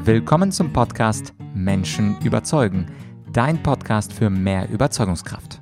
Willkommen zum Podcast Menschen überzeugen, dein Podcast für mehr Überzeugungskraft.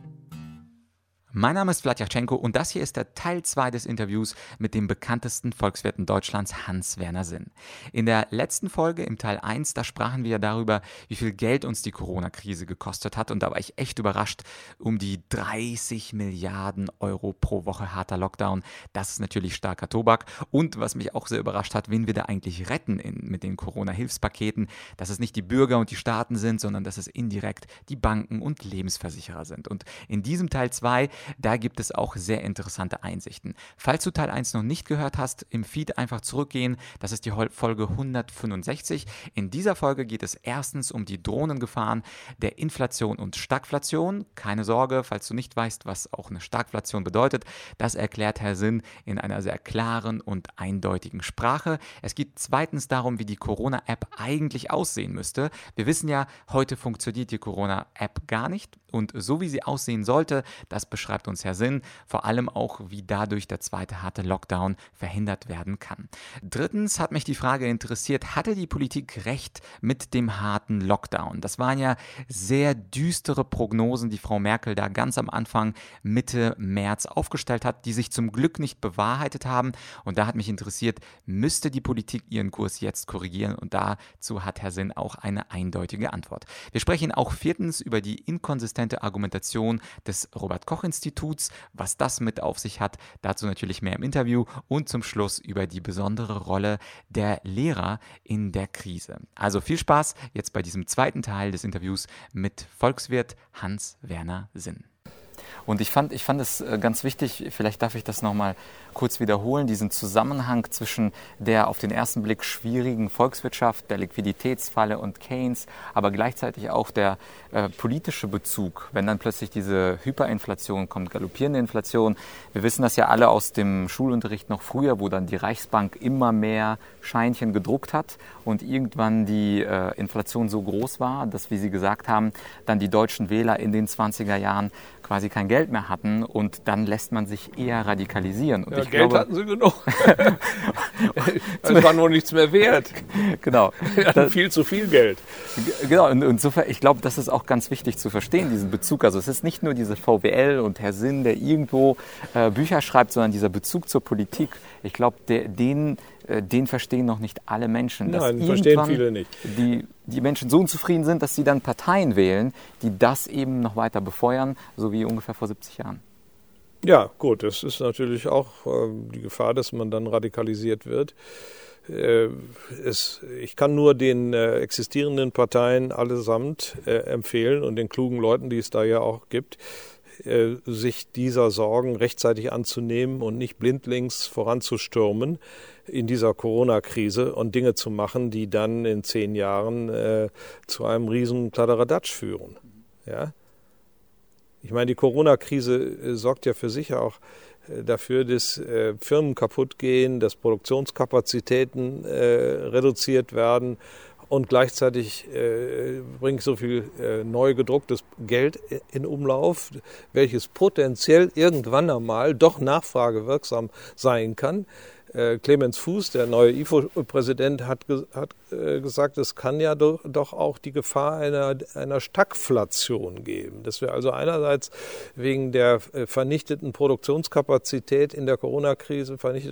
Mein Name ist Vladyachenko und das hier ist der Teil 2 des Interviews mit dem bekanntesten Volkswirten Deutschlands, Hans-Werner Sinn. In der letzten Folge, im Teil 1, da sprachen wir darüber, wie viel Geld uns die Corona-Krise gekostet hat, und da war ich echt überrascht, um die 30 Milliarden Euro pro Woche harter Lockdown. Das ist natürlich starker Tobak, und was mich auch sehr überrascht hat, wen wir da eigentlich retten mit den Corona-Hilfspaketen, dass es nicht die Bürger und die Staaten sind, sondern dass es indirekt die Banken und Lebensversicherer sind. Und in diesem Teil 2, da gibt es auch sehr interessante Einsichten. Falls du Teil 1 noch nicht gehört hast, im Feed einfach zurückgehen. Das ist die Folge 165. In dieser Folge geht es erstens um die Drohnengefahren der Inflation und Stagflation. Keine Sorge, falls du nicht weißt, was auch eine Stagflation bedeutet. Das erklärt Herr Sinn in einer sehr klaren und eindeutigen Sprache. Es geht zweitens darum, wie die Corona-App eigentlich aussehen müsste. Wir wissen ja, heute funktioniert die Corona-App gar nicht. Und so wie sie aussehen sollte, das beschreibt uns Herr Sinn, vor allem auch, wie dadurch der zweite harte Lockdown verhindert werden kann. Drittens hat mich die Frage interessiert, hatte die Politik recht mit dem harten Lockdown? Das waren ja sehr düstere Prognosen, die Frau Merkel da ganz am Anfang Mitte März aufgestellt hat, die sich zum Glück nicht bewahrheitet haben. Und da hat mich interessiert, müsste die Politik ihren Kurs jetzt korrigieren? Und dazu hat Herr Sinn auch eine eindeutige Antwort. Wir sprechen auch viertens über die inkonsistente Argumentation des Robert-Koch-Instituts, was das mit auf sich hat, dazu natürlich mehr im Interview, und zum Schluss über die besondere Rolle der Lehrer in der Krise. Also viel Spaß jetzt bei diesem zweiten Teil des Interviews mit Volkswirt Hans-Werner Sinn. Und ich fand es ganz wichtig, vielleicht darf ich das nochmal kurz wiederholen, diesen Zusammenhang zwischen der auf den ersten Blick schwierigen Volkswirtschaft, der Liquiditätsfalle und Keynes, aber gleichzeitig auch der politische Bezug, wenn dann plötzlich diese Hyperinflation kommt, galoppierende Inflation. Wir wissen das ja alle aus dem Schulunterricht noch früher, wo dann die Reichsbank immer mehr Scheinchen gedruckt hat und irgendwann die Inflation so groß war, dass, wie Sie gesagt haben, dann die deutschen Wähler in den 20er Jahren quasi kein Geld mehr hatten, und dann lässt man sich eher radikalisieren. Und ja, Geld hatten sie genug. Es war nur nichts mehr wert. Genau. Sie hatten viel zu viel Geld. Genau, und insofern, ich glaube, das ist auch ganz wichtig zu verstehen, diesen Bezug. Also es ist nicht nur diese VWL und Herr Sinn, der irgendwo Bücher schreibt, sondern dieser Bezug zur Politik. Ich glaube, den verstehen noch nicht alle Menschen. Nein, verstehen viele nicht. Die Menschen so unzufrieden sind, dass sie dann Parteien wählen, die das eben noch weiter befeuern, so wie ungefähr vor 70 Jahren. Ja, gut, das ist natürlich auch die Gefahr, dass man dann radikalisiert wird. Ich kann nur den existierenden Parteien allesamt empfehlen und den klugen Leuten, die es da ja auch gibt, sich dieser Sorgen rechtzeitig anzunehmen und nicht blindlings voranzustürmen in dieser Corona-Krise und Dinge zu machen, die dann in 10 Jahren zu einem riesen Kladderadatsch führen. Ja? Ich meine, die Corona-Krise sorgt ja für sich auch dafür, dass Firmen kaputt gehen, dass Produktionskapazitäten reduziert werden, und gleichzeitig bringt so viel neu gedrucktes Geld in Umlauf, welches potenziell irgendwann einmal doch nachfragewirksam sein kann. Clemens Fuß, der neue IFO-Präsident, hat gesagt, es kann ja doch auch die Gefahr einer Stagflation geben. Dass wir also einerseits wegen der vernichteten Produktionskapazität in der Corona-Krise,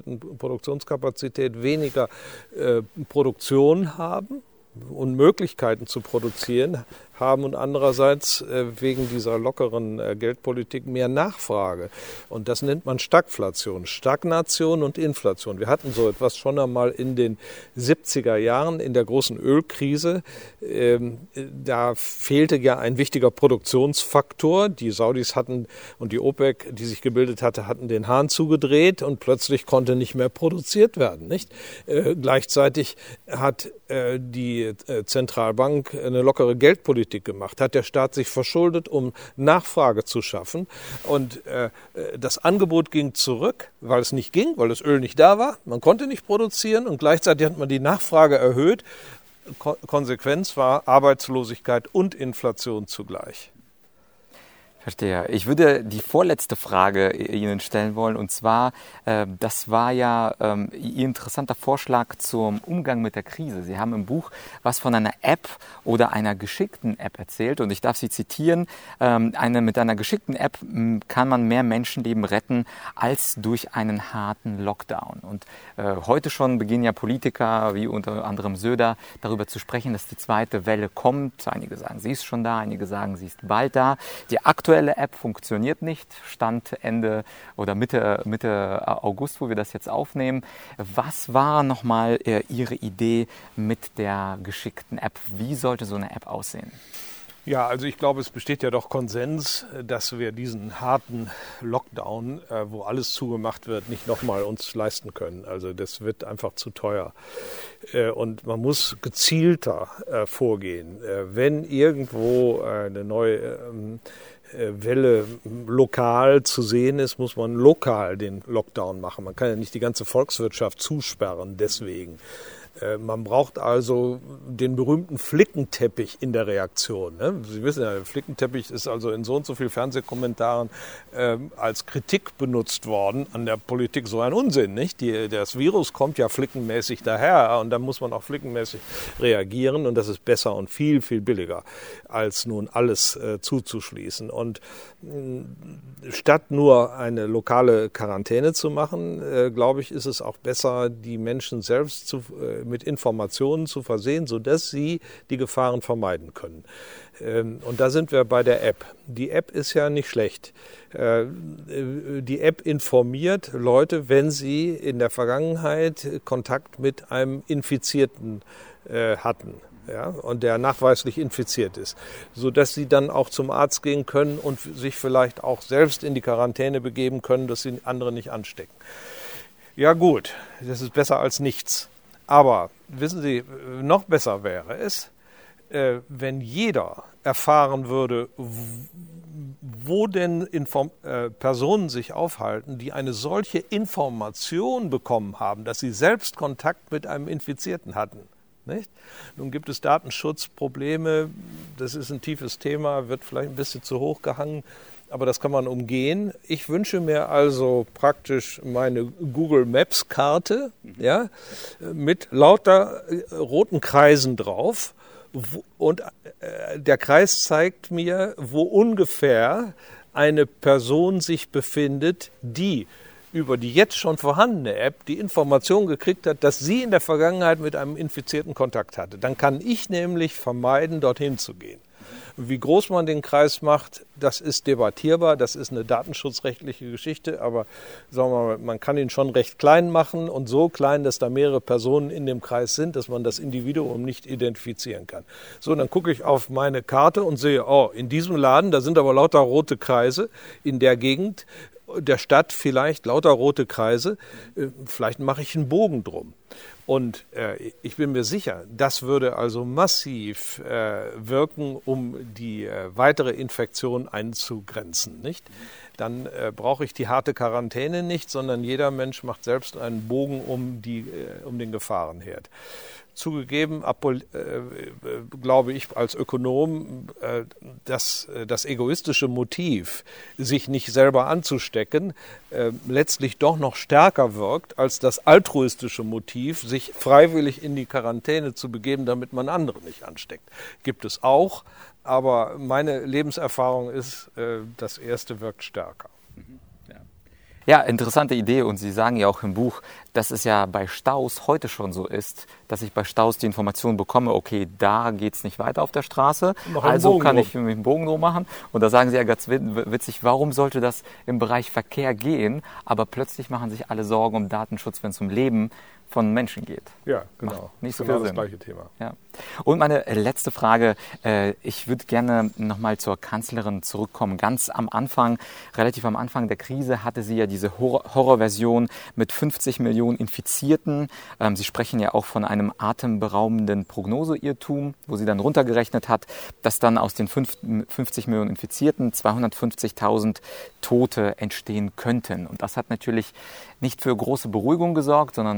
weniger Produktion haben und Möglichkeiten zu produzieren haben, und andererseits wegen dieser lockeren Geldpolitik mehr Nachfrage. Und das nennt man Stagflation, Stagnation und Inflation. Wir hatten so etwas schon einmal in den 70er Jahren in der großen Ölkrise. Da fehlte ja ein wichtiger Produktionsfaktor. Die Saudis hatten und die OPEC, die sich gebildet hatte, hatten den Hahn zugedreht, und plötzlich konnte nicht mehr produziert werden. Nicht? Gleichzeitig hat die Zentralbank eine lockere Geldpolitik gemacht, hat der Staat sich verschuldet, um Nachfrage zu schaffen, und das Angebot ging zurück, weil es nicht ging, weil das Öl nicht da war, man konnte nicht produzieren, und gleichzeitig hat man die Nachfrage erhöht. Konsequenz war Arbeitslosigkeit und Inflation zugleich. Verstehe. Ich würde die vorletzte Frage Ihnen stellen wollen, und zwar, das war ja Ihr interessanter Vorschlag zum Umgang mit der Krise. Sie haben im Buch was von einer App oder einer geschickten App erzählt, und ich darf Sie zitieren: Mit einer geschickten App kann man mehr Menschenleben retten als durch einen harten Lockdown. Und heute schon beginnen ja Politiker wie unter anderem Söder darüber zu sprechen, dass die zweite Welle kommt. Einige sagen, sie ist schon da, einige sagen, sie ist bald da. Die aktuelle App funktioniert nicht, Stand Ende oder Mitte August, wo wir das jetzt aufnehmen. Was war nochmal Ihre Idee mit der geschickten App? Wie sollte so eine App aussehen? Ja, also ich glaube, es besteht ja doch Konsens, dass wir diesen harten Lockdown, wo alles zugemacht wird, nicht nochmal uns leisten können. Also das wird einfach zu teuer. Und man muss gezielter vorgehen. Wenn irgendwo eine neue Welle lokal zu sehen ist, muss man lokal den Lockdown machen. Man kann ja nicht die ganze Volkswirtschaft zusperren deswegen. Man braucht also den berühmten Flickenteppich in der Reaktion. Ne? Sie wissen ja, der Flickenteppich ist also in so und so vielen Fernsehkommentaren als Kritik benutzt worden an der Politik. So ein Unsinn, nicht? Das Virus kommt ja flickenmäßig daher, und da muss man auch flickenmäßig reagieren, und das ist besser und viel, viel billiger, als nun alles zuzuschließen. Und statt nur eine lokale Quarantäne zu machen, glaube ich, ist es auch besser, die Menschen selbst mit Informationen zu versehen, sodass sie die Gefahren vermeiden können. Und da sind wir bei der App. Die App ist ja nicht schlecht. Die App informiert Leute, wenn sie in der Vergangenheit Kontakt mit einem Infizierten hatten. Ja, und der nachweislich infiziert ist, sodass sie dann auch zum Arzt gehen können und sich vielleicht auch selbst in die Quarantäne begeben können, dass sie andere nicht anstecken. Ja gut, das ist besser als nichts. Aber wissen Sie, noch besser wäre es, wenn jeder erfahren würde, wo denn Personen sich aufhalten, die eine solche Information bekommen haben, dass sie selbst Kontakt mit einem Infizierten hatten. Nicht? Nun gibt es Datenschutzprobleme, das ist ein tiefes Thema, wird vielleicht ein bisschen zu hoch gehangen, aber das kann man umgehen. Ich wünsche mir also praktisch meine Google Maps Karte, ja, mit lauter roten Kreisen drauf, und der Kreis zeigt mir, wo ungefähr eine Person sich befindet, die über die jetzt schon vorhandene App die Information gekriegt hat, dass sie in der Vergangenheit mit einem Infizierten Kontakt hatte. Dann kann ich nämlich vermeiden, dorthin zu gehen. Wie groß man den Kreis macht, das ist debattierbar, das ist eine datenschutzrechtliche Geschichte, aber sagen wir mal, man kann ihn schon recht klein machen, und so klein, dass da mehrere Personen in dem Kreis sind, dass man das Individuum nicht identifizieren kann. So, dann gucke ich auf meine Karte und sehe, oh, in diesem Laden, da sind aber lauter rote Kreise, in der Gegend der Stadt vielleicht lauter rote Kreise, vielleicht mache ich einen Bogen drum. Und ich bin mir sicher, das würde also massiv wirken, um die weitere Infektion einzugrenzen, nicht? Dann brauche ich die harte Quarantäne nicht, sondern jeder Mensch macht selbst einen Bogen um den Gefahrenherd. Zugegeben, glaube ich als Ökonom, dass das egoistische Motiv, sich nicht selber anzustecken, letztlich doch noch stärker wirkt als das altruistische Motiv, sich freiwillig in die Quarantäne zu begeben, damit man andere nicht ansteckt. Gibt es auch, aber meine Lebenserfahrung ist, das erste wirkt stärker. Ja, interessante Idee, und Sie sagen ja auch im Buch, dass es ja bei Staus heute schon so ist, dass ich bei Staus die Information bekomme, okay, da geht es nicht weiter auf der Straße, also kann ich mich einen Bogen drum machen. Und da sagen Sie ja ganz witzig, warum sollte das im Bereich Verkehr gehen, aber plötzlich machen sich alle Sorgen um Datenschutz, wenn es um Leben von Menschen geht. Ja, genau. Nicht so viel Sinn. Das gleiche Thema. Ja. Und meine letzte Frage, ich würde gerne nochmal zur Kanzlerin zurückkommen. Ganz am Anfang, relativ am Anfang der Krise, hatte sie ja diese Horrorversion mit 50 Millionen Infizierten. Sie sprechen ja auch von einem atemberaubenden Prognoseirrtum, wo sie dann runtergerechnet hat, dass dann aus den 50 Millionen Infizierten 250.000 Tote entstehen könnten. Und das hat natürlich nicht für große Beruhigung gesorgt, sondern diese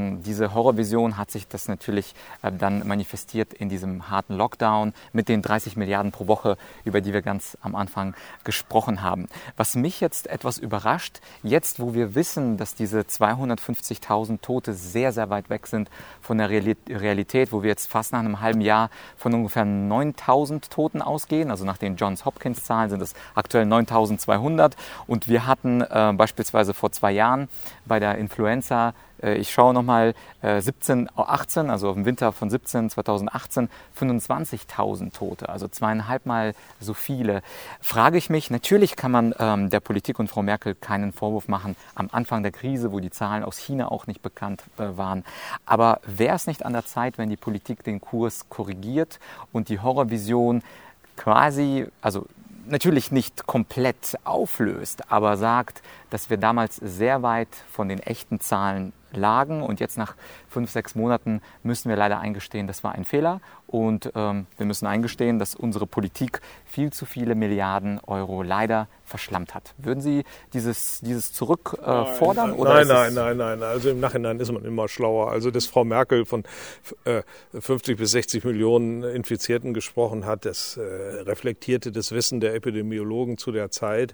diese Horrorvision hat sich das natürlich dann manifestiert in diesem harten Lockdown mit den 30 Milliarden pro Woche, über die wir ganz am Anfang gesprochen haben. Was mich jetzt etwas überrascht, jetzt wo wir wissen, dass diese 250.000 Tote sehr, sehr weit weg sind von der Realität, wo wir jetzt fast nach einem halben Jahr von ungefähr 9.000 Toten ausgehen, also nach den Johns Hopkins Zahlen sind es aktuell 9.200 und wir hatten beispielsweise vor 2 Jahren bei der Influenza, ich schaue nochmal, 18, also im Winter von 2018, 25.000 Tote, also 2,5 Mal so viele. Frage ich mich, natürlich kann man der Politik und Frau Merkel keinen Vorwurf machen am Anfang der Krise, wo die Zahlen aus China auch nicht bekannt waren. Aber wäre es nicht an der Zeit, wenn die Politik den Kurs korrigiert und die Horrorvision quasi, also natürlich nicht komplett auflöst, aber sagt, dass wir damals sehr weit von den echten Zahlen lagen und jetzt nach 5, 6 Monaten müssen wir leider eingestehen, das war ein Fehler und wir müssen eingestehen, dass unsere Politik viel zu viele Milliarden Euro leider verschlammt hat. Würden Sie dieses zurückfordern? Nein. Also im Nachhinein ist man immer schlauer. Also dass Frau Merkel von 50 bis 60 Millionen Infizierten gesprochen hat, das reflektierte das Wissen der Epidemiologen zu der Zeit.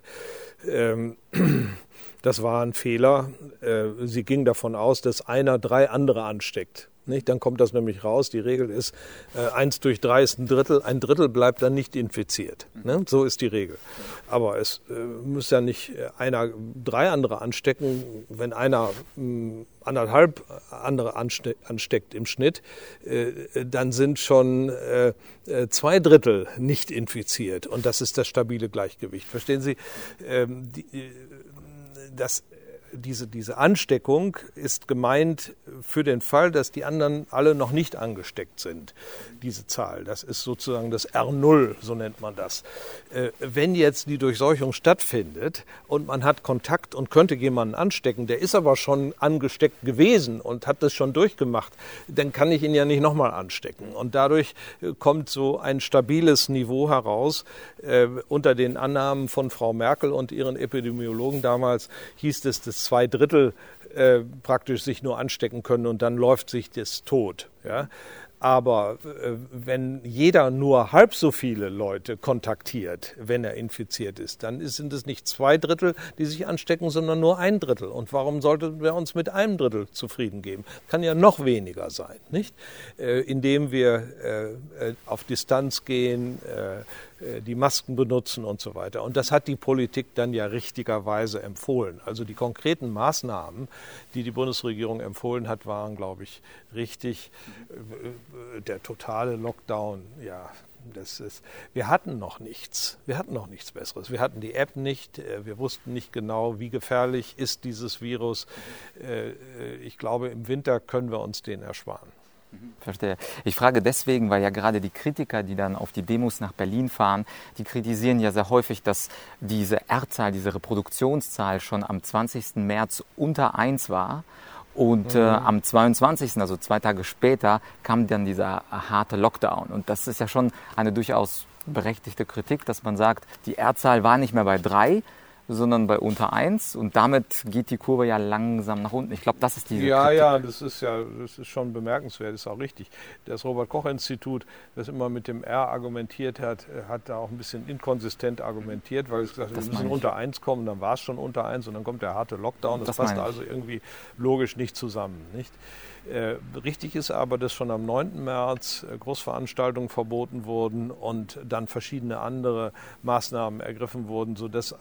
Das war ein Fehler. Sie ging davon aus, dass einer 3 andere ansteckt. Nicht? Dann kommt das nämlich raus. Die Regel ist, 1 durch 3 ist ein Drittel. Ein Drittel bleibt dann nicht infiziert. Ne? So ist die Regel. Aber es muss ja nicht einer 3 andere anstecken. Wenn einer 1,5 andere ansteckt im Schnitt, dann sind schon 2 Drittel nicht infiziert. Und das ist das stabile Gleichgewicht. Verstehen Sie? Diese Ansteckung ist gemeint für den Fall, dass die anderen alle noch nicht angesteckt sind, diese Zahl. Das ist sozusagen das R0, so nennt man das. Wenn jetzt die Durchseuchung stattfindet und man hat Kontakt und könnte jemanden anstecken, der ist aber schon angesteckt gewesen und hat das schon durchgemacht, dann kann ich ihn ja nicht nochmal anstecken. Und dadurch kommt so ein stabiles Niveau heraus. Unter den Annahmen von Frau Merkel und ihren Epidemiologen damals hieß es, dass 2 Drittel praktisch sich nur anstecken können und dann läuft sich das tot. Ja? Aber wenn jeder nur halb so viele Leute kontaktiert, wenn er infiziert ist, dann sind es nicht 2 Drittel, die sich anstecken, sondern nur 1 Drittel. Und warum sollten wir uns mit 1 Drittel zufrieden geben? Kann ja noch weniger sein, nicht? Indem wir auf Distanz gehen, die Masken benutzen und so weiter. Und das hat die Politik dann ja richtigerweise empfohlen. Also die konkreten Maßnahmen, die die Bundesregierung empfohlen hat, waren, glaube ich, richtig. Der totale Lockdown, ja, wir hatten noch nichts. Wir hatten noch nichts Besseres. Wir hatten die App nicht. Wir wussten nicht genau, wie gefährlich ist dieses Virus. Ich glaube, im Winter können wir uns den ersparen. Verstehe. Ich frage deswegen, weil ja gerade die Kritiker, die dann auf die Demos nach Berlin fahren, die kritisieren ja sehr häufig, dass diese R-Zahl, diese Reproduktionszahl schon am 20. März unter 1 war. Und am 22., also 2 Tage später, kam dann dieser harte Lockdown. Und das ist ja schon eine durchaus berechtigte Kritik, dass man sagt, die R-Zahl war nicht mehr bei 3, sondern bei unter 1 und damit geht die Kurve ja langsam nach unten. Ich glaube, das ist diese Kritik. Ja, das ist schon bemerkenswert, das ist auch richtig. Das Robert-Koch-Institut, das immer mit dem R argumentiert hat, hat da auch ein bisschen inkonsistent argumentiert, weil es gesagt hat, wir müssen unter 1 kommen, dann war es schon unter 1 und dann kommt der harte Lockdown. Das passt also irgendwie logisch nicht zusammen, nicht? Richtig ist aber, dass schon am 9. März Großveranstaltungen verboten wurden und dann verschiedene andere Maßnahmen ergriffen wurden, sodass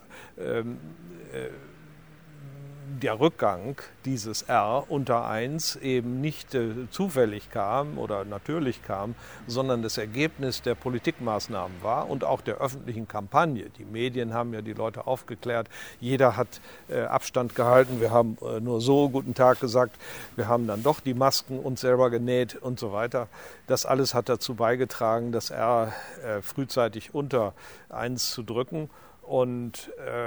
der Rückgang dieses R unter 1 eben nicht zufällig kam oder natürlich kam, sondern das Ergebnis der Politikmaßnahmen war und auch der öffentlichen Kampagne. Die Medien haben ja die Leute aufgeklärt, jeder hat Abstand gehalten, wir haben nur so guten Tag gesagt, wir haben dann doch die Masken uns selber genäht und so weiter. Das alles hat dazu beigetragen, das R frühzeitig unter 1 zu drücken und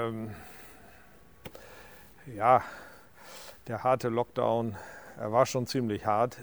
ja, der harte Lockdown, er war schon ziemlich hart.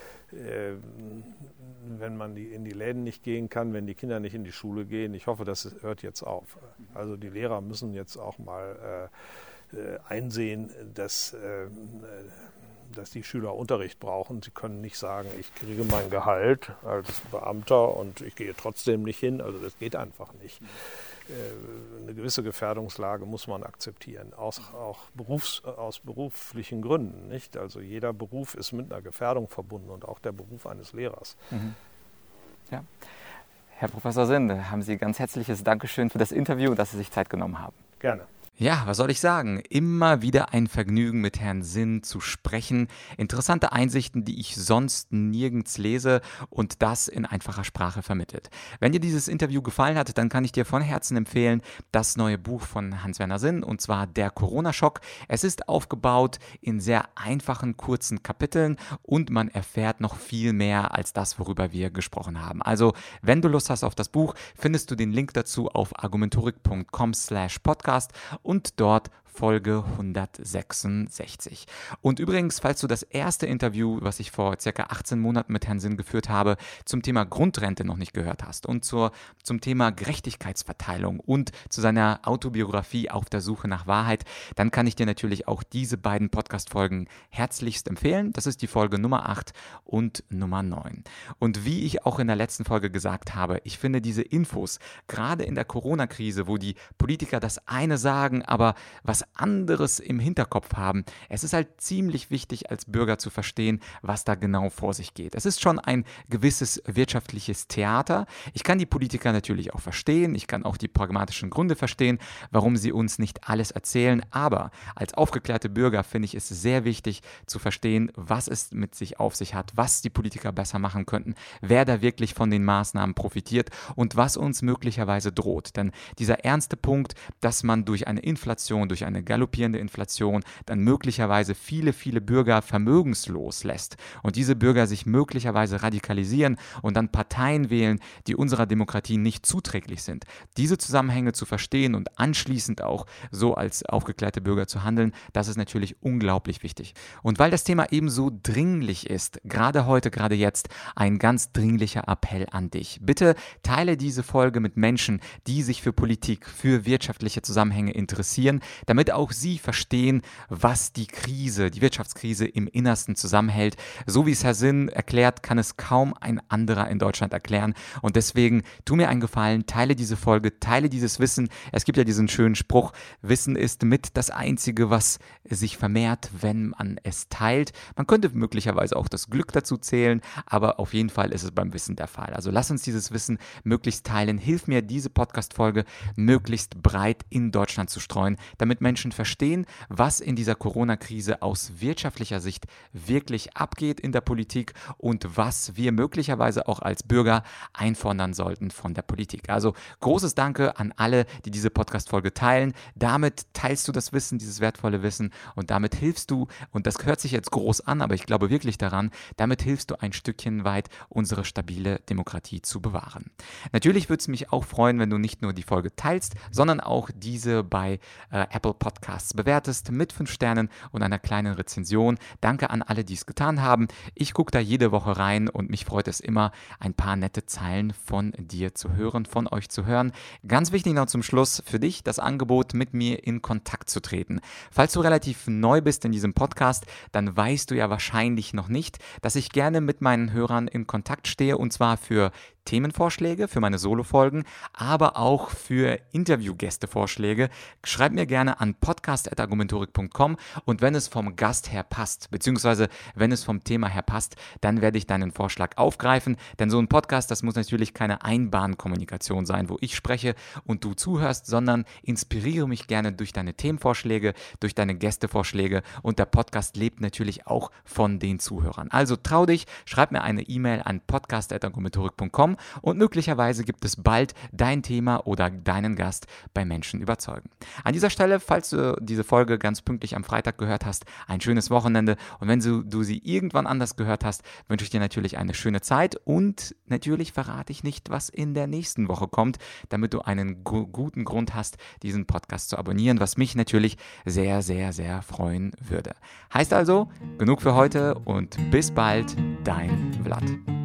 Wenn man in die Läden nicht gehen kann, wenn die Kinder nicht in die Schule gehen. Ich hoffe, das hört jetzt auf. Also die Lehrer müssen jetzt auch mal einsehen, dass dass die Schüler Unterricht brauchen. Sie können nicht sagen, ich kriege mein Gehalt als Beamter und ich gehe trotzdem nicht hin. Also das geht einfach nicht. Eine gewisse Gefährdungslage muss man akzeptieren, auch aus beruflichen Gründen. Nicht? Also jeder Beruf ist mit einer Gefährdung verbunden und auch der Beruf eines Lehrers. Mhm. Ja. Herr Professor Sinn, haben Sie ganz herzliches Dankeschön für das Interview und dass Sie sich Zeit genommen haben. Gerne. Ja, was soll ich sagen? Immer wieder ein Vergnügen, mit Herrn Sinn zu sprechen. Interessante Einsichten, die ich sonst nirgends lese und das in einfacher Sprache vermittelt. Wenn dir dieses Interview gefallen hat, dann kann ich dir von Herzen empfehlen, das neue Buch von Hans-Werner Sinn, und zwar Der Corona-Schock. Es ist aufgebaut in sehr einfachen, kurzen Kapiteln und man erfährt noch viel mehr als das, worüber wir gesprochen haben. Also, wenn du Lust hast auf das Buch, findest du den Link dazu auf argumentorik.com/podcast und dort Folge 166. Und übrigens, falls du das erste Interview, was ich vor ca. 18 Monaten mit Herrn Sinn geführt habe, zum Thema Grundrente noch nicht gehört hast und zum Thema Gerechtigkeitsverteilung und zu seiner Autobiografie Auf der Suche nach Wahrheit, dann kann ich dir natürlich auch diese beiden Podcast-Folgen herzlichst empfehlen. Das ist die Folge Nummer 8 und Nummer 9. Und wie ich auch in der letzten Folge gesagt habe, ich finde diese Infos, gerade in der Corona-Krise, wo die Politiker das eine sagen, aber was anderes im Hinterkopf haben. Es ist halt ziemlich wichtig, als Bürger zu verstehen, was da genau vor sich geht. Es ist schon ein gewisses wirtschaftliches Theater. Ich kann die Politiker natürlich auch verstehen. Ich kann auch die pragmatischen Gründe verstehen, warum sie uns nicht alles erzählen. Aber als aufgeklärte Bürger finde ich es sehr wichtig zu verstehen, was es mit sich auf sich hat, was die Politiker besser machen könnten, wer da wirklich von den Maßnahmen profitiert und was uns möglicherweise droht. Denn dieser ernste Punkt, dass man durch eine Inflation, durch eine galoppierende Inflation dann möglicherweise viele, viele Bürger vermögenslos lässt und diese Bürger sich möglicherweise radikalisieren und dann Parteien wählen, die unserer Demokratie nicht zuträglich sind. Diese Zusammenhänge zu verstehen und anschließend auch so als aufgeklärte Bürger zu handeln, das ist natürlich unglaublich wichtig. Und weil das Thema ebenso dringlich ist, gerade heute, gerade jetzt, ein ganz dringlicher Appell an dich. Bitte teile diese Folge mit Menschen, die sich für Politik, für wirtschaftliche Zusammenhänge interessieren, damit auch sie verstehen, was die Wirtschaftskrise im Innersten zusammenhält. So wie es Herr Sinn erklärt, kann es kaum ein anderer in Deutschland erklären. Und deswegen tu mir einen Gefallen, teile diese Folge, teile dieses Wissen. Es gibt ja diesen schönen Spruch, Wissen ist mit das Einzige, was sich vermehrt, wenn man es teilt. Man könnte möglicherweise auch das Glück dazu zählen, aber auf jeden Fall ist es beim Wissen der Fall. Also lass uns dieses Wissen möglichst teilen. Hilf mir, diese Podcast-Folge möglichst breit in Deutschland zu streuen, damit Menschen verstehen, was in dieser Corona-Krise aus wirtschaftlicher Sicht wirklich abgeht in der Politik und was wir möglicherweise auch als Bürger einfordern sollten von der Politik. Also großes Danke an alle, die diese Podcast-Folge teilen. Damit teilst du das Wissen, dieses wertvolle Wissen und damit hilfst du, und das hört sich jetzt groß an, aber ich glaube wirklich daran, damit hilfst du ein Stückchen weit, unsere stabile Demokratie zu bewahren. Natürlich würde es mich auch freuen, wenn du nicht nur die Folge teilst, sondern auch diese bei Apple Podcasts bewertest mit 5 Sternen und einer kleinen Rezension. Danke an alle, die es getan haben. Ich gucke da jede Woche rein und mich freut es immer, ein paar nette Zeilen von dir zu hören, von euch zu hören. Ganz wichtig noch zum Schluss für dich das Angebot, mit mir in Kontakt zu treten. Falls du relativ neu bist in diesem Podcast, dann weißt du ja wahrscheinlich noch nicht, dass ich gerne mit meinen Hörern in Kontakt stehe, und zwar für Themenvorschläge für meine Solo-Folgen, aber auch für Interviewgästevorschläge. Schreib mir gerne an podcast@argumentorik.com und wenn es vom Gast her passt, beziehungsweise wenn es vom Thema her passt, dann werde ich deinen Vorschlag aufgreifen, denn so ein Podcast, das muss natürlich keine Einbahnkommunikation sein, wo ich spreche und du zuhörst, sondern inspiriere mich gerne durch deine Themenvorschläge, durch deine Gästevorschläge und der Podcast lebt natürlich auch von den Zuhörern. Also trau dich, schreib mir eine E-Mail an podcast@argumentorik.com und möglicherweise gibt es bald dein Thema oder deinen Gast bei Menschen überzeugen. An dieser Stelle, falls du diese Folge ganz pünktlich am Freitag gehört hast, ein schönes Wochenende und wenn du sie irgendwann anders gehört hast, wünsche ich dir natürlich eine schöne Zeit und natürlich verrate ich nicht, was in der nächsten Woche kommt, damit du einen guten Grund hast, diesen Podcast zu abonnieren, was mich natürlich sehr, sehr, sehr freuen würde. Heißt also, genug für heute und bis bald, dein Vlad.